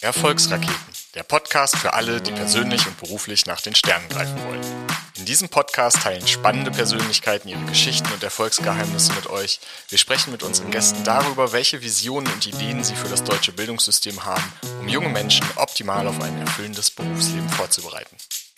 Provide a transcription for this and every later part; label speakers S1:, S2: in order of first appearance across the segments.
S1: Erfolgsraketen, der Podcast für alle, die persönlich und beruflich nach den Sternen greifen wollen. In diesem Podcast teilen spannende Persönlichkeiten ihre Geschichten und Erfolgsgeheimnisse mit euch. Wir sprechen mit unseren Gästen darüber, welche Visionen und Ideen sie für das deutsche Bildungssystem haben, um junge Menschen optimal auf ein erfüllendes Berufsleben vorzubereiten.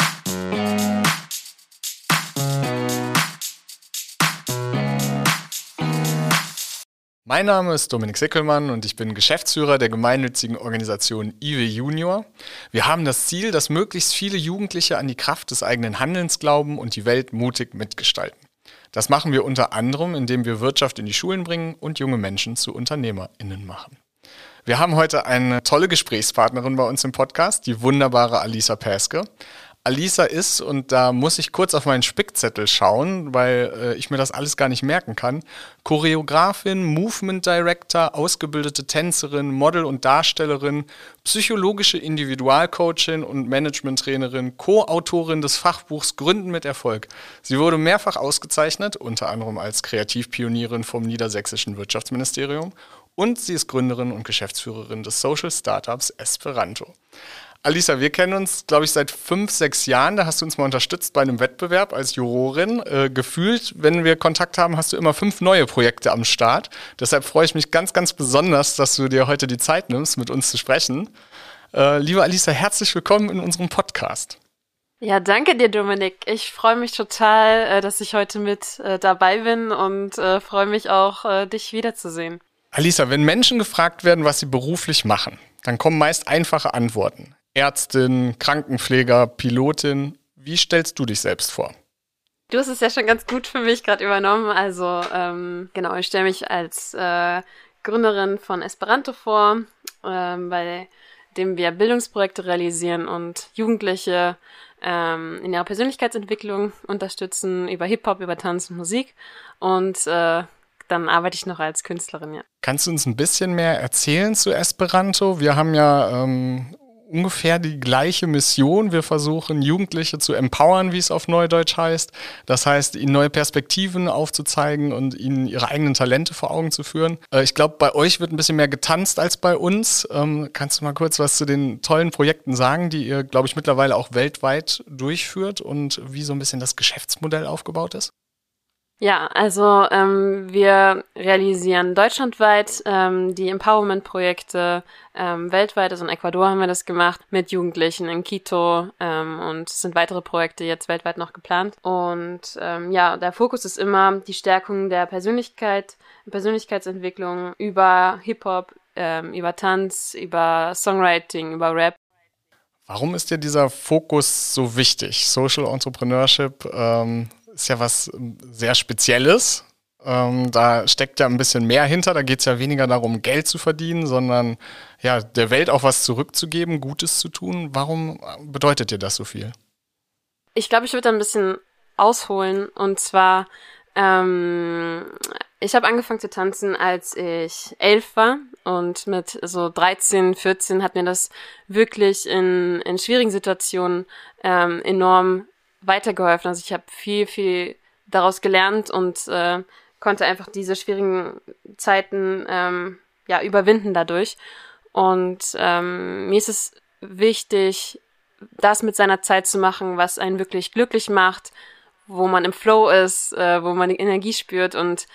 S1: Mein Name ist Dominik Sickelmann und ich bin Geschäftsführer der gemeinnützigen Organisation IWE Junior. Wir haben das Ziel, dass möglichst viele Jugendliche an die Kraft des eigenen Handelns glauben und die Welt mutig mitgestalten. Das machen wir unter anderem, indem wir Wirtschaft in die Schulen bringen und junge Menschen zu UnternehmerInnen machen. Wir haben heute eine tolle Gesprächspartnerin bei uns im Podcast, die wunderbare Alisa Paeske. Alisa ist, und da muss ich kurz auf meinen Spickzettel schauen, weil ich mir das alles gar nicht merken kann, Choreografin, Movement Director, ausgebildete Tänzerin, Model und Darstellerin, psychologische Individualcoachin und Management-Trainerin, Co-Autorin des Fachbuchs Gründen mit Erfolg. Sie wurde mehrfach ausgezeichnet, unter anderem als Kreativpionierin vom Niedersächsischen Wirtschaftsministerium, und sie ist Gründerin und Geschäftsführerin des Social Startups Esperanto. Alisa, wir kennen uns, glaube ich, seit 5, 6 Jahren. Da hast du uns mal unterstützt bei einem Wettbewerb als Jurorin. Gefühlt, wenn wir Kontakt haben, hast du immer 5 neue Projekte am Start. Deshalb freue ich mich ganz, ganz besonders, dass du dir heute die Zeit nimmst, mit uns zu sprechen. Liebe Alisa, herzlich willkommen in unserem Podcast.
S2: Ja, danke dir, Dominik. Ich freue mich total, dass ich heute mit dabei bin und freue mich auch, dich wiederzusehen.
S1: Alisa, wenn Menschen gefragt werden, was sie beruflich machen, dann kommen meist einfache Antworten. Ärztin, Krankenpfleger, Pilotin. Wie stellst du dich selbst vor?
S2: Du hast es ja schon ganz gut für mich gerade übernommen. Also genau, ich stelle mich als Gründerin von Esperanto vor, bei dem wir Bildungsprojekte realisieren und Jugendliche in ihrer Persönlichkeitsentwicklung unterstützen, über Hip-Hop, über Tanz und Musik. Und dann arbeite ich noch als Künstlerin, ja.
S1: Kannst du uns ein bisschen mehr erzählen zu Esperanto? Wir haben ja ungefähr die gleiche Mission. Wir versuchen, Jugendliche zu empowern, wie es auf Neudeutsch heißt. Das heißt, ihnen neue Perspektiven aufzuzeigen und ihnen ihre eigenen Talente vor Augen zu führen. Ich glaube, bei euch wird ein bisschen mehr getanzt als bei uns. Kannst du mal kurz was zu den tollen Projekten sagen, die ihr, glaube ich, mittlerweile auch weltweit durchführt und wie so ein bisschen das Geschäftsmodell aufgebaut ist?
S2: Ja, also wir realisieren deutschlandweit die Empowerment-Projekte weltweit. Also in Ecuador haben wir das gemacht mit Jugendlichen in Quito und es sind weitere Projekte jetzt weltweit noch geplant. Und ja, der Fokus ist immer die Stärkung der Persönlichkeit, Persönlichkeitsentwicklung über Hip-Hop, über Tanz, über Songwriting, über Rap.
S1: Warum ist dir dieser Fokus so wichtig? Social Entrepreneurship ist ja was sehr Spezielles. Da steckt ja ein bisschen mehr hinter. Da geht es ja weniger darum, Geld zu verdienen, sondern ja, der Welt auch was zurückzugeben, Gutes zu tun. Warum bedeutet dir das so viel?
S2: Ich glaube, ich würde da ein bisschen ausholen. Und zwar, ich habe angefangen zu tanzen, als ich 11 war. Und mit so 13, 14 hat mir das wirklich in schwierigen Situationen enorm weitergeholfen. Also ich habe viel daraus gelernt und konnte einfach diese schwierigen Zeiten überwinden dadurch. Und mir ist es wichtig, das mit seiner Zeit zu machen, was einen wirklich glücklich macht, wo man im Flow ist, wo man die Energie spürt. Und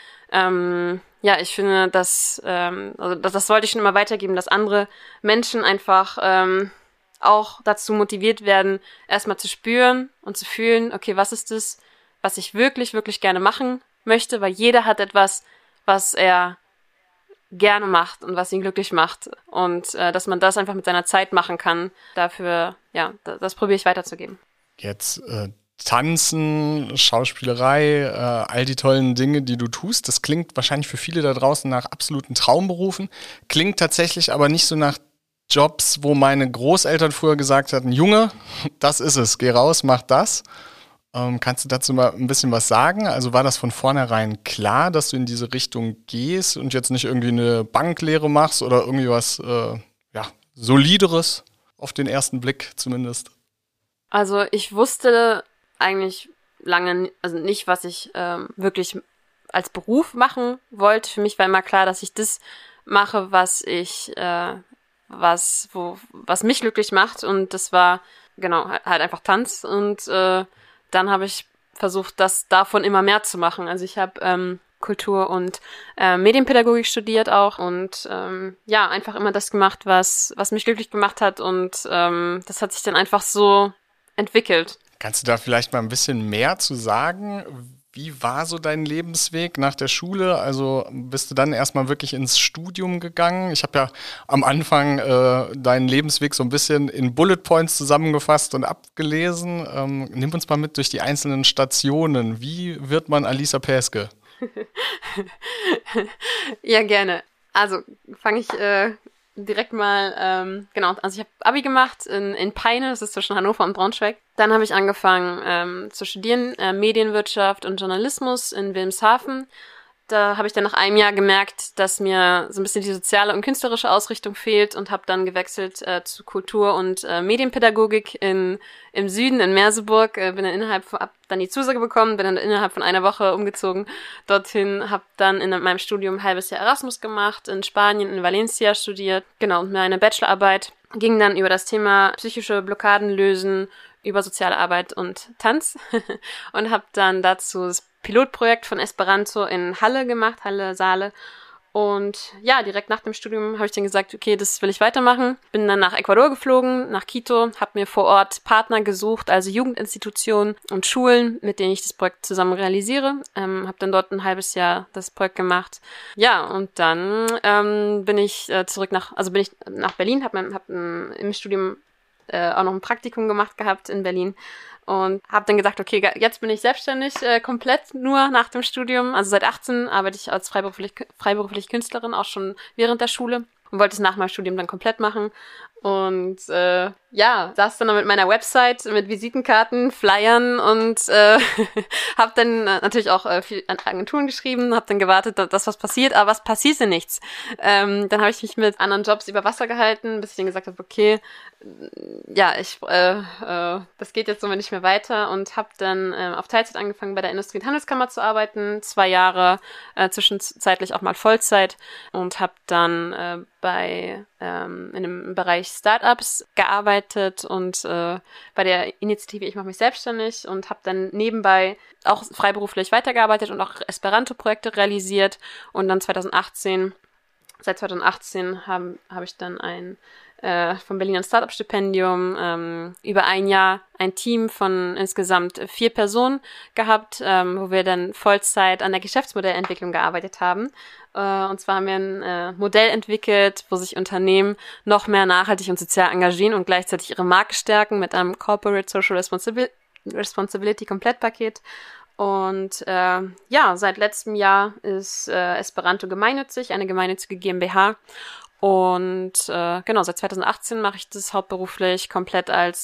S2: ich finde, das wollte ich schon immer weitergeben, dass andere Menschen einfach auch dazu motiviert werden, erstmal zu spüren und zu fühlen, okay, was ist das, was ich wirklich, wirklich gerne machen möchte, weil jeder hat etwas, was er gerne macht und was ihn glücklich macht und dass man das einfach mit seiner Zeit machen kann, dafür, ja, das probiere ich weiterzugeben.
S1: Jetzt Tanzen, Schauspielerei, all die tollen Dinge, die du tust, das klingt wahrscheinlich für viele da draußen nach absoluten Traumberufen, klingt tatsächlich aber nicht so nach Jobs, wo meine Großeltern früher gesagt hatten, Junge, das ist es, geh raus, mach das. Kannst du dazu mal ein bisschen was sagen? Also war das von vornherein klar, dass du in diese Richtung gehst und jetzt nicht irgendwie eine Banklehre machst oder irgendwie was Solideres, auf den ersten Blick zumindest?
S2: Also ich wusste eigentlich lange nicht, was ich wirklich als Beruf machen wollte. Für mich war immer klar, dass ich das mache, was was mich glücklich macht. Und das war, genau, halt einfach Tanz. Und dann habe ich versucht, das davon immer mehr zu machen. Also ich habe Kultur- und Medienpädagogik studiert auch und einfach immer das gemacht, was mich glücklich gemacht hat. Und das hat sich dann einfach so entwickelt.
S1: Kannst du da vielleicht mal ein bisschen mehr zu sagen? Wie war so dein Lebensweg nach der Schule? Also bist du dann erstmal wirklich ins Studium gegangen? Ich habe ja am Anfang deinen Lebensweg so ein bisschen in Bullet Points zusammengefasst und abgelesen. Nimm uns mal mit durch die einzelnen Stationen. Wie wird man Alisa Päske?
S2: Ja, gerne. Also fange ich direkt mal, also ich habe Abi gemacht in Peine, das ist zwischen Hannover und Braunschweig. Dann habe ich angefangen zu studieren, Medienwirtschaft und Journalismus in Wilhelmshaven. Da habe ich dann nach einem Jahr gemerkt, dass mir so ein bisschen die soziale und künstlerische Ausrichtung fehlt und habe dann gewechselt zu Kultur- und Medienpädagogik im Süden, in Merseburg. Bin dann hab dann die Zusage bekommen, bin dann innerhalb von einer Woche umgezogen dorthin, habe dann in meinem Studium ein halbes Jahr Erasmus gemacht, in Spanien, in Valencia studiert, genau, und meine Bachelorarbeit ging dann über das Thema psychische Blockaden lösen, über soziale Arbeit und Tanz und habe dann dazu das Pilotprojekt von Esperanto in Halle gemacht, Halle Saale. Und ja, direkt nach dem Studium habe ich dann gesagt, okay, das will ich weitermachen. Bin dann nach Ecuador geflogen, nach Quito, habe mir vor Ort Partner gesucht, also Jugendinstitutionen und Schulen, mit denen ich das Projekt zusammen realisiere. Habe dann dort ein halbes Jahr das Projekt gemacht. Ja, und dann bin ich bin ich nach Berlin, habe im Studium auch noch ein Praktikum gemacht gehabt in Berlin. Und habe dann gesagt, okay, jetzt bin ich selbstständig, komplett nur nach dem Studium. Also seit 18 arbeite ich als freiberuflich Künstlerin, auch schon während der Schule. Und wollte es nach meinem Studium dann komplett machen. Und saß dann mit meiner Website, mit Visitenkarten, Flyern und habe dann natürlich auch viel an Agenturen geschrieben, habe dann gewartet, dass was passiert, aber was passierte nichts. Dann habe ich mich mit anderen Jobs über Wasser gehalten, bis ich dann gesagt habe, okay, das geht jetzt so nicht mehr weiter und habe dann auf Teilzeit angefangen, bei der Industrie- und Handelskammer zu arbeiten, 2 Jahre, zwischenzeitlich auch mal Vollzeit und habe dann in dem Bereich Startups gearbeitet und bei der Initiative Ich mache mich selbstständig und habe dann nebenbei auch freiberuflich weitergearbeitet und auch Esperanto-Projekte realisiert und dann seit 2018 habe ich dann vom Berliner Startup-Stipendium über ein Jahr ein Team von insgesamt 4 Personen gehabt, wo wir dann Vollzeit an der Geschäftsmodellentwicklung gearbeitet haben. Und zwar haben wir ein Modell entwickelt, wo sich Unternehmen noch mehr nachhaltig und sozial engagieren und gleichzeitig ihre Marke stärken mit einem Corporate Social Responsibility Komplettpaket. Und seit letztem Jahr ist Esperanto gemeinnützig, eine gemeinnützige GmbH. Und seit 2018 mache ich das hauptberuflich komplett als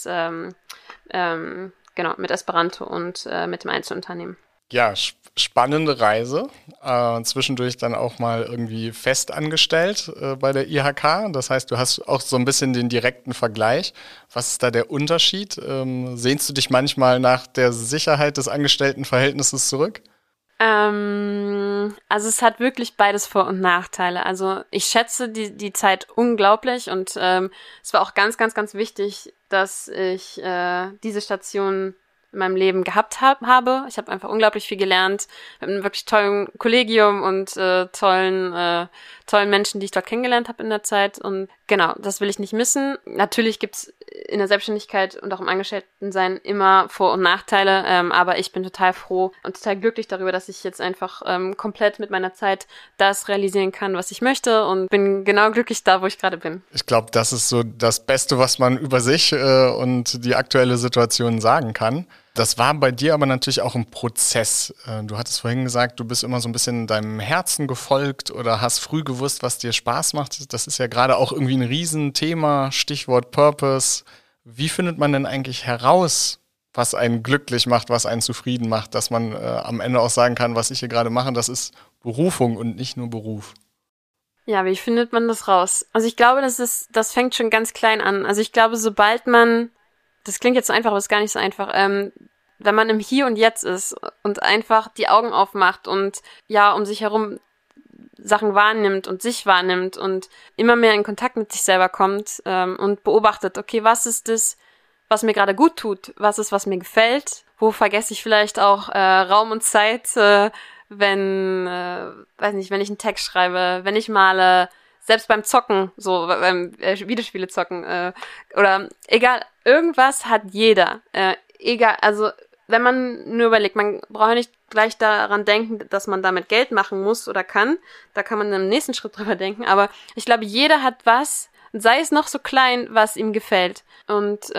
S2: mit Esperanto und mit dem Einzelunternehmen.
S1: Ja, spannende Reise. Zwischendurch dann auch mal irgendwie fest angestellt bei der IHK. Das heißt, du hast auch so ein bisschen den direkten Vergleich. Was ist da der Unterschied? Sehnst du dich manchmal nach der Sicherheit des Angestelltenverhältnisses zurück?
S2: Also es hat wirklich beides Vor- und Nachteile. Also ich schätze die Zeit unglaublich und es war auch ganz, ganz, ganz wichtig, dass ich diese Station in meinem Leben gehabt habe. Ich habe einfach unglaublich viel gelernt mit einem wirklich tollen Kollegium und tollen Menschen, die ich dort kennengelernt habe in der Zeit. Und genau, das will ich nicht missen. Natürlich gibt's in der Selbstständigkeit und auch im Angestelltensein immer Vor- und Nachteile, aber ich bin total froh und total glücklich darüber, dass ich jetzt einfach komplett mit meiner Zeit das realisieren kann, was ich möchte und bin genau glücklich da, wo ich gerade bin.
S1: Ich glaube, das ist so das Beste, was man über sich und die aktuelle Situation sagen kann. Das war bei dir aber natürlich auch ein Prozess. Du hattest vorhin gesagt, du bist immer so ein bisschen deinem Herzen gefolgt oder hast früh gewusst, was dir Spaß macht. Das ist ja gerade auch irgendwie ein Riesenthema, Stichwort Purpose. Wie findet man denn eigentlich heraus, was einen glücklich macht, was einen zufrieden macht, dass man am Ende auch sagen kann, was ich hier gerade mache, das ist Berufung und nicht nur Beruf?
S2: Ja, wie findet man das raus? Also ich glaube, das fängt schon ganz klein an. Also ich glaube, sobald man, das klingt jetzt so einfach, aber ist gar nicht so einfach, wenn man im Hier und Jetzt ist und einfach die Augen aufmacht und ja, um sich herum Sachen wahrnimmt und sich wahrnimmt und immer mehr in Kontakt mit sich selber kommt und beobachtet, okay, was ist das, was mir gerade gut tut, was ist, was mir gefällt, wo vergesse ich vielleicht auch Raum und Zeit, wenn, weiß nicht, wenn ich einen Text schreibe, wenn ich male, selbst beim Zocken, so beim Videospiele zocken oder egal, irgendwas hat jeder, egal, also wenn man nur überlegt, man braucht nicht gleich daran denken, dass man damit Geld machen muss oder kann, da kann man im nächsten Schritt drüber denken, aber ich glaube, jeder hat was, sei es noch so klein, was ihm gefällt und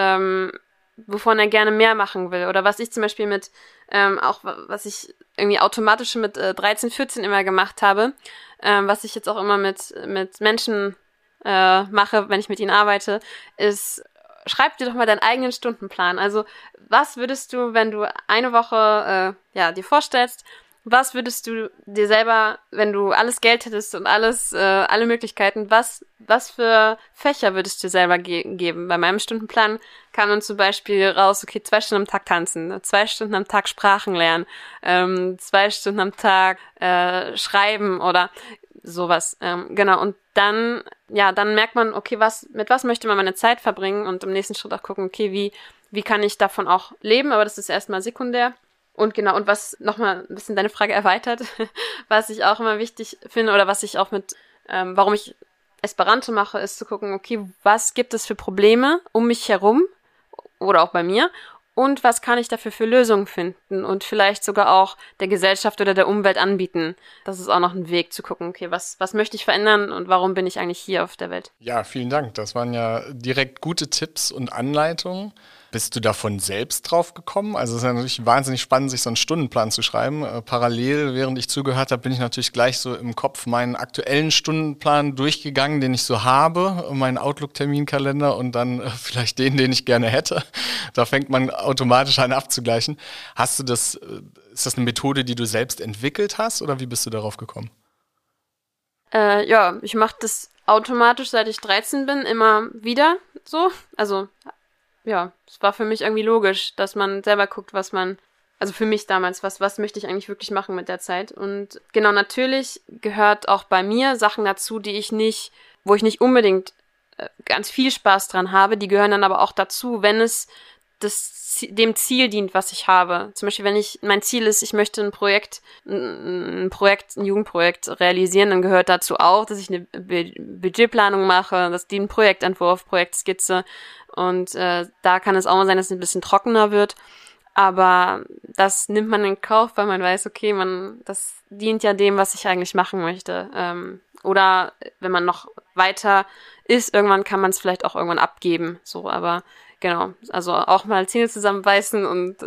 S2: wovon er gerne mehr machen will oder was ich zum Beispiel mit, auch was ich irgendwie automatisch mit 13, 14 immer gemacht habe, was ich jetzt auch immer mit Menschen mache, wenn ich mit ihnen arbeite, ist, schreib dir doch mal deinen eigenen Stundenplan. Also was würdest du, wenn du eine Woche dir vorstellst, was würdest du dir selber, wenn du alles Geld hättest und alles, alle Möglichkeiten, was für Fächer würdest du dir selber geben? Bei meinem Stundenplan kam dann zum Beispiel raus, okay, 2 Stunden am Tag tanzen, 2 Stunden am Tag Sprachen lernen, 2 Stunden am Tag schreiben oder sowas. Genau, und dann merkt man, okay, mit was möchte man meine Zeit verbringen und im nächsten Schritt auch gucken, okay, wie kann ich davon auch leben, aber das ist erstmal sekundär. Und genau, und was nochmal ein bisschen deine Frage erweitert, was ich auch immer wichtig finde oder was ich auch warum ich Esperanto mache, ist zu gucken, okay, was gibt es für Probleme um mich herum oder auch bei mir und was kann ich dafür für Lösungen finden und vielleicht sogar auch der Gesellschaft oder der Umwelt anbieten. Das ist auch noch ein Weg zu gucken, okay, was möchte ich verändern und warum bin ich eigentlich hier auf der Welt?
S1: Ja, vielen Dank. Das waren ja direkt gute Tipps und Anleitungen. Bist du davon selbst drauf gekommen? Also es ist ja natürlich wahnsinnig spannend, sich so einen Stundenplan zu schreiben. Parallel, während ich zugehört habe, bin ich natürlich gleich so im Kopf meinen aktuellen Stundenplan durchgegangen, den ich so habe, meinen Outlook-Terminkalender und dann vielleicht den ich gerne hätte. Da fängt man automatisch an abzugleichen. Ist das eine Methode, die du selbst entwickelt hast oder wie bist du darauf gekommen?
S2: Ich mache das automatisch, seit ich 13 bin, immer wieder so. Also ja, es war für mich irgendwie logisch, dass man selber guckt, also für mich damals, was möchte ich eigentlich wirklich machen mit der Zeit. Und genau, natürlich gehört auch bei mir Sachen dazu, wo ich nicht unbedingt ganz viel Spaß dran habe, die gehören dann aber auch dazu, wenn es dem Ziel dient, was ich habe. Zum Beispiel, wenn mein Ziel ist, ich möchte ein Jugendprojekt realisieren, dann gehört dazu auch, dass ich eine Budgetplanung mache, dass die einen Projektentwurf, Projektskizze und da kann es auch mal sein, dass es ein bisschen trockener wird, aber das nimmt man in Kauf, weil man weiß, okay, das dient ja dem, was ich eigentlich machen möchte. Oder wenn man noch weiter ist, irgendwann kann man es vielleicht auch irgendwann abgeben, so, aber genau, also auch mal Zähne zusammenbeißen und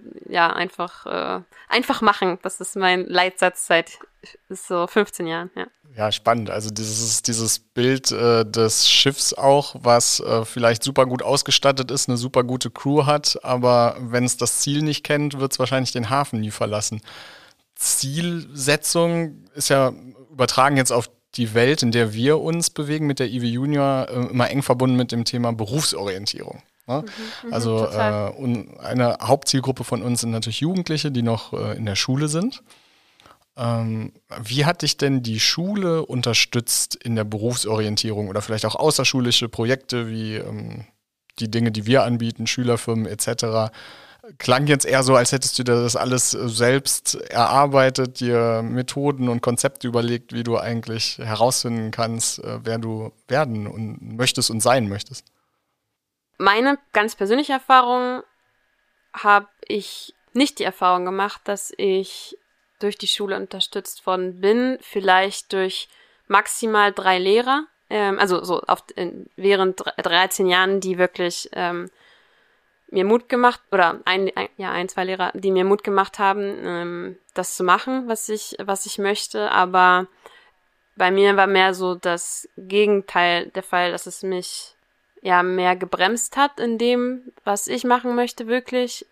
S2: einfach machen. Das ist mein Leitsatz seit so 15 Jahren, ja.
S1: Ja, spannend. Also dieses Bild des Schiffs auch, was vielleicht super gut ausgestattet ist, eine super gute Crew hat, aber wenn es das Ziel nicht kennt, wird es wahrscheinlich den Hafen nie verlassen. Zielsetzung ist ja übertragen jetzt auf die Welt, in der wir uns bewegen mit der IW Junior, immer eng verbunden mit dem Thema Berufsorientierung. Ne? Also eine Hauptzielgruppe von uns sind natürlich Jugendliche, die noch in der Schule sind. Wie hat dich denn die Schule unterstützt in der Berufsorientierung oder vielleicht auch außerschulische Projekte wie die Dinge, die wir anbieten, Schülerfirmen etc.? Klang jetzt eher so, als hättest du dir das alles selbst erarbeitet, dir Methoden und Konzepte überlegt, wie du eigentlich herausfinden kannst, wer du werden und möchtest und sein möchtest.
S2: Meine ganz persönliche Erfahrung habe ich nicht die Erfahrung gemacht, dass ich durch die Schule unterstützt worden bin, vielleicht durch maximal 3 Lehrer, während 13 Jahren, die wirklich mir Mut gemacht, oder ein, 2 Lehrer, die mir Mut gemacht haben, das zu machen, was ich möchte, aber bei mir war mehr so das Gegenteil der Fall, dass es mich ja mehr gebremst hat in dem, was ich machen möchte, wirklich.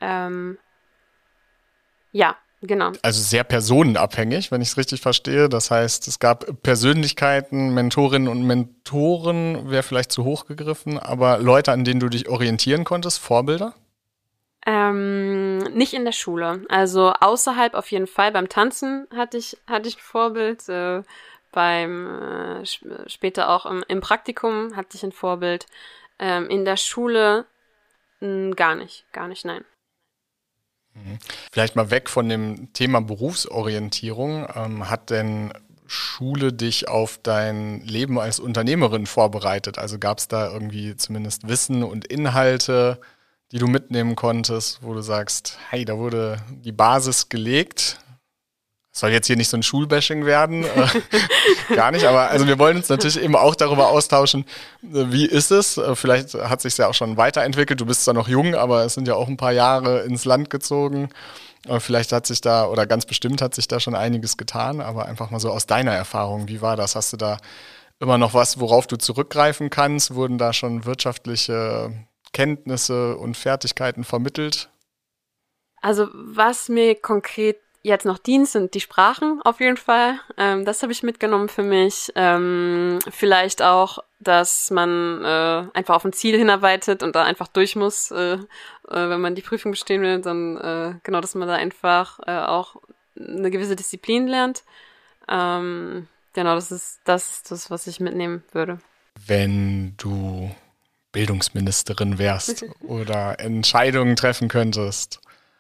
S2: Genau.
S1: Also sehr personenabhängig, wenn ich es richtig verstehe. Das heißt, es gab Persönlichkeiten, Mentorinnen und Mentoren, wäre vielleicht zu hoch gegriffen, aber Leute, an denen du dich orientieren konntest, Vorbilder?
S2: Nicht in der Schule. Also außerhalb auf jeden Fall. Beim Tanzen hatte ich ein Vorbild. später auch im Praktikum hatte ich ein Vorbild. In der Schule gar nicht, nein.
S1: Vielleicht mal weg von dem Thema Berufsorientierung. Hat denn Schule dich auf dein Leben als Unternehmerin vorbereitet? Also gab es da irgendwie zumindest Wissen und Inhalte, die du mitnehmen konntest, wo du sagst, hey, da wurde die Basis gelegt? Soll jetzt hier nicht so ein Schulbashing werden, gar nicht, aber also wir wollen uns natürlich eben auch darüber austauschen, wie ist es? Vielleicht hat sich ja auch schon weiterentwickelt, du bist zwar noch jung, aber es sind ja auch ein paar Jahre ins Land gezogen. Vielleicht hat sich da, oder ganz bestimmt hat sich da schon einiges getan, aber einfach mal so aus deiner Erfahrung, wie war das? Hast du da immer noch was, worauf du zurückgreifen kannst? Wurden da schon wirtschaftliche Kenntnisse und Fertigkeiten vermittelt?
S2: Also was mir konkret jetzt noch dient, sind die Sprachen auf jeden Fall. Das habe ich mitgenommen für mich. Vielleicht auch, dass man einfach auf ein Ziel hinarbeitet und da einfach durch muss. Wenn man die Prüfung bestehen will, dann genau, dass man da einfach auch eine gewisse Disziplin lernt. Genau, das ist das, was ich mitnehmen würde.
S1: Wenn du Bildungsministerin wärst oder Entscheidungen treffen könntest,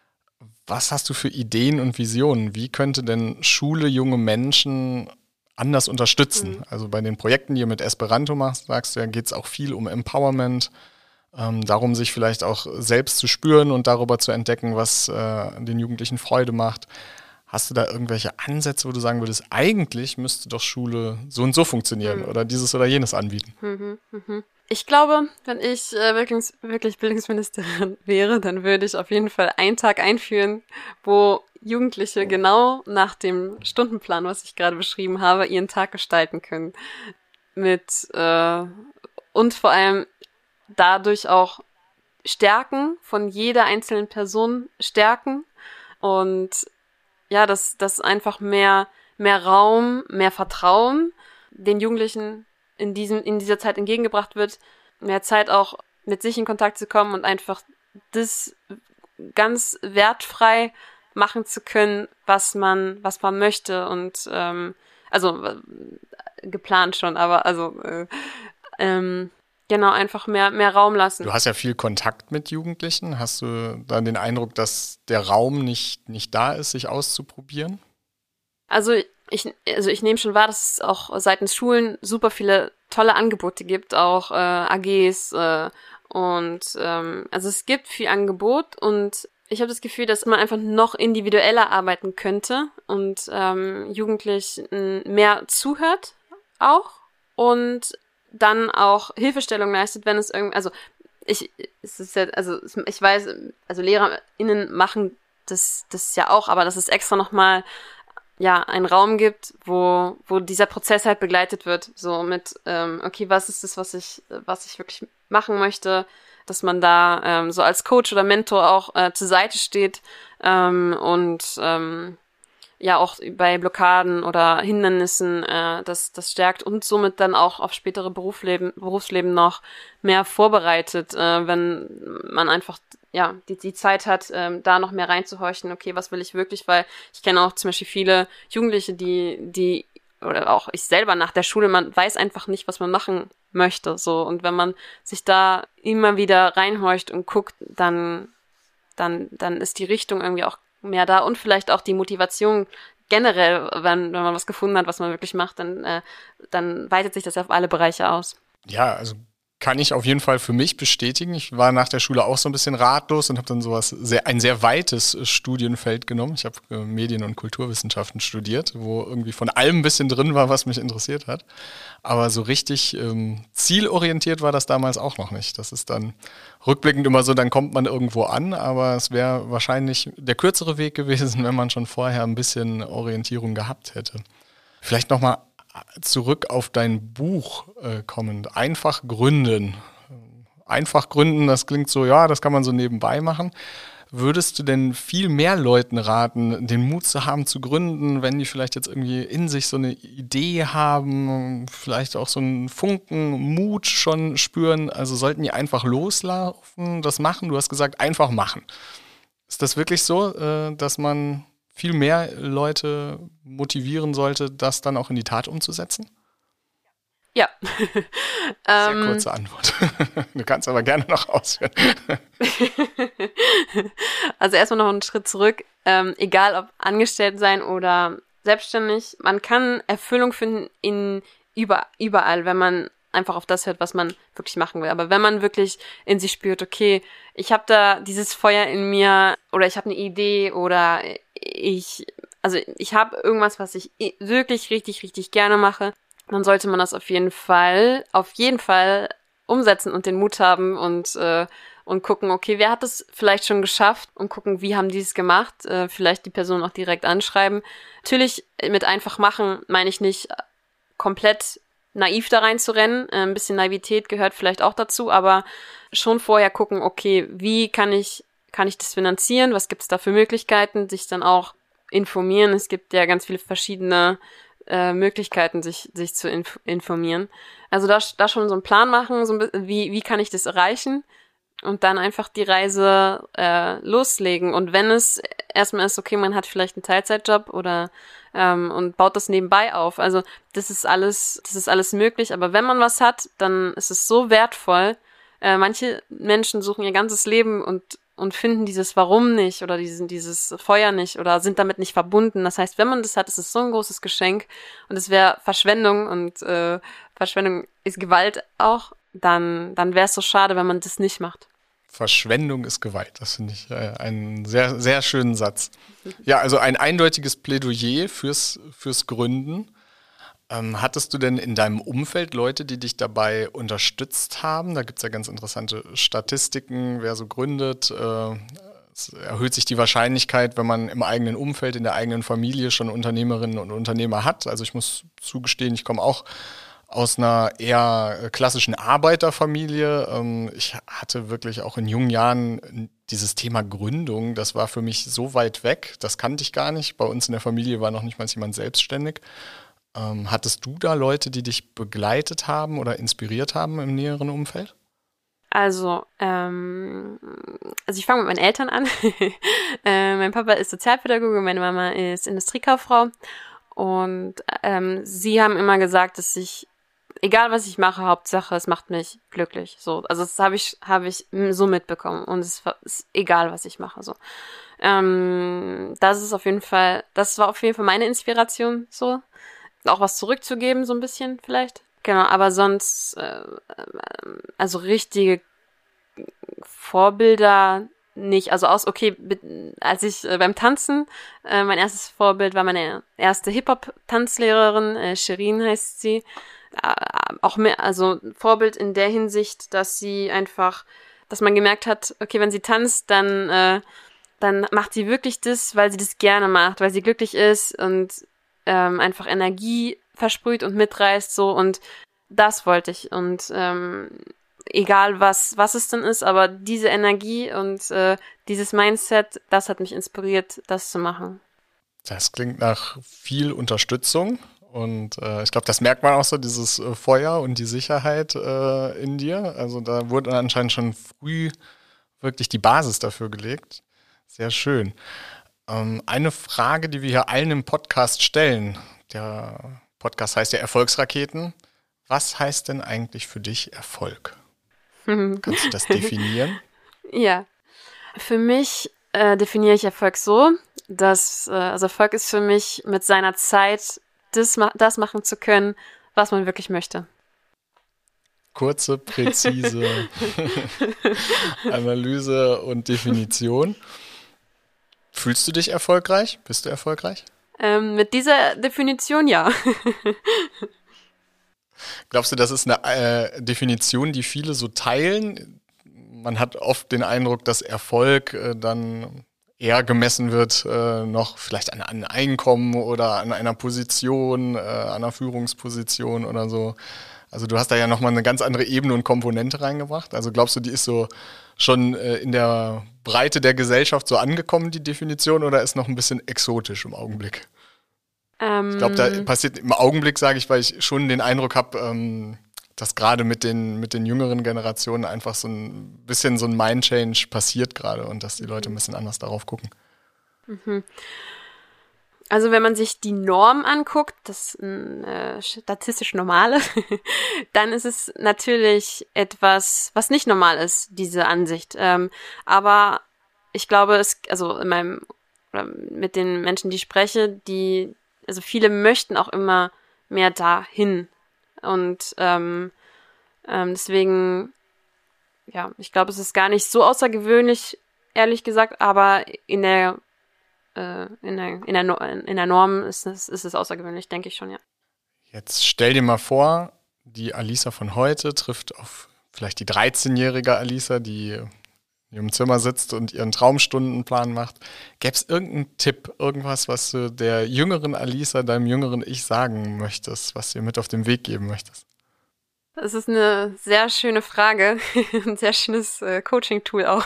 S1: was hast du für Ideen und Visionen? Wie könnte denn Schule junge Menschen anders unterstützen? Also bei den Projekten, die ihr mit Esperanto machst, sagst du, ja, geht es auch viel um Empowerment, darum, sich vielleicht auch selbst zu spüren und darüber zu entdecken, was den Jugendlichen Freude macht. Hast du da irgendwelche Ansätze, wo du sagen würdest, eigentlich müsste doch Schule so und so funktionieren oder dieses oder jenes anbieten?
S2: Ich glaube, wenn ich wirklich Bildungsministerin wäre, dann würde ich auf jeden Fall einen Tag einführen, wo Jugendliche genau nach dem Stundenplan, was ich gerade beschrieben habe, ihren Tag gestalten können. Und vor allem dadurch auch Stärken von jeder einzelnen Person stärken und ja, dass einfach mehr Raum, mehr Vertrauen den Jugendlichen in dieser Zeit entgegengebracht wird, mehr Zeit auch mit sich in Kontakt zu kommen und einfach das ganz wertfrei machen zu können, was man möchte und also geplant schon, aber also genau, einfach mehr Raum lassen.
S1: Du hast ja viel Kontakt mit Jugendlichen. Hast du dann den Eindruck, dass der Raum nicht da ist, sich auszuprobieren?
S2: Also ich nehme schon wahr, dass es auch seitens Schulen super viele tolle Angebote gibt, auch AGs und also es gibt viel Angebot und ich habe das Gefühl, dass man einfach noch individueller arbeiten könnte und Jugendlichen mehr zuhört auch und dann auch Hilfestellung leistet, wenn es irgendwie, also ich weiß, also LehrerInnen machen das ja auch, aber das ist extra nochmal ja einen Raum gibt, wo dieser Prozess halt begleitet wird, so mit okay, was ist das, was ich wirklich machen möchte, dass man da so als Coach oder Mentor auch zur Seite steht und ja auch bei Blockaden oder Hindernissen das stärkt und somit dann auch auf spätere Berufsleben noch mehr vorbereitet, wenn man einfach ja die Zeit hat, da noch mehr reinzuhorchen, okay, was will ich wirklich, weil ich kenne auch zum Beispiel viele Jugendliche, die oder auch ich selber nach der Schule, man weiß einfach nicht, was man machen möchte, so, und wenn man sich da immer wieder reinhorcht und guckt, dann ist die Richtung irgendwie auch mehr da und vielleicht auch die Motivation generell, wenn man was gefunden hat, was man wirklich macht, dann weitet sich das auf alle Bereiche aus.
S1: Ja, also kann ich auf jeden Fall für mich bestätigen. Ich war nach der Schule auch so ein bisschen ratlos und habe dann ein sehr weites Studienfeld genommen. Ich habe Medien- und Kulturwissenschaften studiert, wo irgendwie von allem ein bisschen drin war, was mich interessiert hat. Aber so richtig zielorientiert war das damals auch noch nicht. Das ist dann rückblickend immer so, dann kommt man irgendwo an, aber es wäre wahrscheinlich der kürzere Weg gewesen, wenn man schon vorher ein bisschen Orientierung gehabt hätte. Vielleicht nochmal zurück auf dein Buch kommend. Einfach gründen. Einfach gründen, das klingt so, ja, das kann man so nebenbei machen. Würdest du denn viel mehr Leuten raten, den Mut zu haben, zu gründen, wenn die vielleicht jetzt irgendwie in sich so eine Idee haben, vielleicht auch so einen Funken Mut schon spüren? Also sollten die einfach loslaufen, das machen? Du hast gesagt, einfach machen. Ist das wirklich so, dass man viel mehr Leute motivieren sollte, das dann auch in die Tat umzusetzen?
S2: Ja.
S1: Sehr kurze Antwort. Du kannst aber gerne noch ausführen.
S2: Also erstmal noch einen Schritt zurück. Egal ob angestellt sein oder selbstständig, man kann Erfüllung finden überall, wenn man einfach auf das hört, was man wirklich machen will. Aber wenn man wirklich in sich spürt, okay, ich habe da dieses Feuer in mir oder ich habe eine Idee oder ich habe irgendwas, was ich wirklich richtig, richtig gerne mache, dann sollte man das auf jeden Fall umsetzen und den Mut haben und gucken, okay, wer hat es vielleicht schon geschafft und gucken, wie haben die es gemacht, vielleicht die Person auch direkt anschreiben. Natürlich mit einfach machen meine ich nicht komplett naiv da reinzurennen, ein bisschen Naivität gehört vielleicht auch dazu, aber schon vorher gucken, okay, wie kann ich das finanzieren, was gibt es da für Möglichkeiten, sich dann auch informieren. Es gibt ja ganz viele verschiedene Möglichkeiten, sich zu informieren. Also da schon so einen Plan machen, so wie kann ich das erreichen und dann einfach die Reise loslegen. Und wenn es erstmal ist, okay, man hat vielleicht einen Teilzeitjob oder und baut das nebenbei auf. Also das ist alles möglich. Aber wenn man was hat, dann ist es so wertvoll. Manche Menschen suchen ihr ganzes Leben und finden dieses Warum nicht oder dieses Feuer nicht oder sind damit nicht verbunden. Das heißt, wenn man das hat, ist es so ein großes Geschenk und es wäre Verschwendung und Verschwendung ist Gewalt auch, dann wäre es so schade, wenn man das nicht macht.
S1: Verschwendung ist Gewalt, das finde ich einen sehr, sehr schönen Satz. Ja, also ein eindeutiges Plädoyer fürs Gründen. Hattest du denn in deinem Umfeld Leute, die dich dabei unterstützt haben? Da gibt es ja ganz interessante Statistiken, wer so gründet. Es erhöht sich die Wahrscheinlichkeit, wenn man im eigenen Umfeld, in der eigenen Familie schon Unternehmerinnen und Unternehmer hat. Also ich muss zugestehen, ich komme auch aus einer eher klassischen Arbeiterfamilie. Ich hatte wirklich auch in jungen Jahren dieses Thema Gründung, das war für mich so weit weg, das kannte ich gar nicht. Bei uns in der Familie war noch nicht mal jemand selbstständig. Hattest du da Leute, die dich begleitet haben oder inspiriert haben im näheren Umfeld?
S2: Also ich fange mit meinen Eltern an. Mein Papa ist Sozialpädagoge, meine Mama ist Industriekauffrau. Und sie haben immer gesagt, dass egal was ich mache, Hauptsache, es macht mich glücklich. So, also das habe ich so mitbekommen. Und es ist egal, was ich mache. So, das war auf jeden Fall meine Inspiration. So, auch was zurückzugeben, so ein bisschen vielleicht. Genau, aber sonst, also richtige Vorbilder nicht. Also als ich beim Tanzen, mein erstes Vorbild war meine erste Hip-Hop-Tanzlehrerin, Shirin heißt sie. Auch mehr, also Vorbild in der Hinsicht, dass sie einfach, dass man gemerkt hat, okay, wenn sie tanzt, dann macht sie wirklich das, weil sie das gerne macht, weil sie glücklich ist und einfach Energie versprüht und mitreißt, so, und das wollte ich. Und egal was es denn ist, aber diese Energie und dieses Mindset, das hat mich inspiriert, das zu machen.
S1: Das klingt nach viel Unterstützung und ich glaube, das merkt man auch so, dieses Feuer und die Sicherheit in dir. Also da wurde anscheinend schon früh wirklich die Basis dafür gelegt. Sehr schön. Eine Frage, die wir hier allen im Podcast stellen, der Podcast heißt ja Erfolgsraketen. Was heißt denn eigentlich für dich Erfolg? Kannst du das definieren?
S2: Ja, für mich definiere ich Erfolg so, dass also Erfolg ist für mich, mit seiner Zeit das machen zu können, was man wirklich möchte.
S1: Kurze, präzise Analyse und Definition. Fühlst du dich erfolgreich? Bist du erfolgreich?
S2: Mit dieser Definition ja.
S1: Glaubst du, das ist eine Definition, die viele so teilen? Man hat oft den Eindruck, dass Erfolg dann eher gemessen wird, noch vielleicht an einem Einkommen oder an einer Position, an einer Führungsposition oder so. Also du hast da ja nochmal eine ganz andere Ebene und Komponente reingebracht. Also glaubst du, die ist so schon in der Breite der Gesellschaft so angekommen, die Definition, oder ist noch ein bisschen exotisch im Augenblick? Ich glaube, da passiert im Augenblick, sage ich, weil ich schon den Eindruck habe, dass gerade mit den jüngeren Generationen einfach so ein bisschen so ein Mind-Change passiert gerade und dass die Leute ein bisschen anders darauf gucken.
S2: Also wenn man sich die Norm anguckt, das statistisch Normale, dann ist es natürlich etwas, was nicht normal ist, diese Ansicht. Aber ich glaube, mit den Menschen, die ich spreche, also viele möchten auch immer mehr dahin. Und deswegen, ja, ich glaube, es ist gar nicht so außergewöhnlich, ehrlich gesagt, aber in der Norm ist es außergewöhnlich, denke ich schon, ja.
S1: Jetzt stell dir mal vor, die Alisa von heute trifft auf vielleicht die 13-jährige Alisa, die in ihrem Zimmer sitzt und ihren Traumstundenplan macht. Gäbe es irgendeinen Tipp, irgendwas, was du der jüngeren Alisa, deinem jüngeren Ich sagen möchtest, was du ihr mit auf den Weg geben möchtest?
S2: Das ist eine sehr schöne Frage, ein sehr schönes Coaching-Tool auch.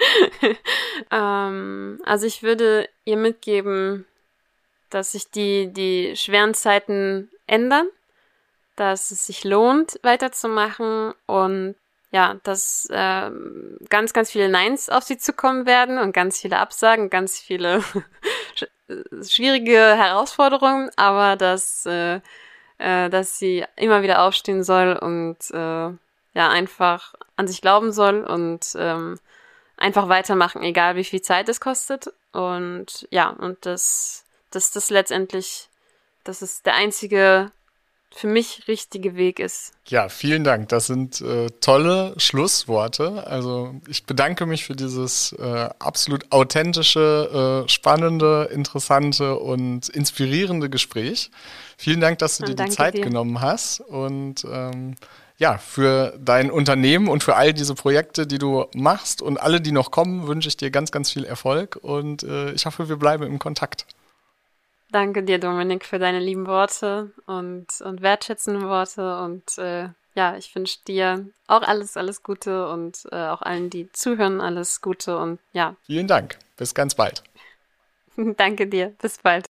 S2: Also ich würde ihr mitgeben, dass sich die schweren Zeiten ändern, dass es sich lohnt, weiterzumachen und ja, dass ganz, ganz viele Neins auf sie zukommen werden und ganz viele Absagen, ganz viele schwierige Herausforderungen, aber dass sie immer wieder aufstehen soll und einfach an sich glauben soll und einfach weitermachen, egal wie viel Zeit es kostet. Und ja, und das letztendlich, dass es der einzige für mich richtige Weg ist.
S1: Ja, vielen Dank. Das sind tolle Schlussworte. Also ich bedanke mich für dieses absolut authentische, spannende, interessante und inspirierende Gespräch. Vielen Dank, dass du dir die Zeit genommen hast und für dein Unternehmen und für all diese Projekte, die du machst und alle, die noch kommen, wünsche ich dir ganz, ganz viel Erfolg und ich hoffe, wir bleiben im Kontakt.
S2: Danke dir, Dominik, für deine lieben Worte und wertschätzenden Worte und ich wünsche dir auch alles Gute und auch allen, die zuhören, alles Gute und ja.
S1: Vielen Dank. Bis ganz bald.
S2: Danke dir. Bis bald.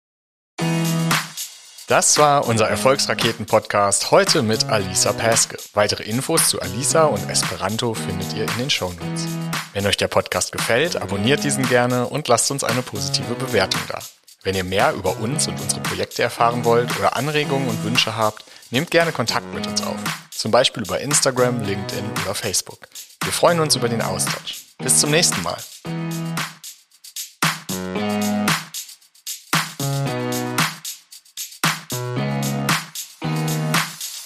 S1: Das war unser Erfolgsraketen-Podcast heute mit Alisa Paske. Weitere Infos zu Alisa und Esperanto findet ihr in den Shownotes. Wenn euch der Podcast gefällt, abonniert diesen gerne und lasst uns eine positive Bewertung da. Wenn ihr mehr über uns und unsere Projekte erfahren wollt oder Anregungen und Wünsche habt, nehmt gerne Kontakt mit uns auf. Zum Beispiel über Instagram, LinkedIn oder Facebook. Wir freuen uns über den Austausch. Bis zum nächsten Mal.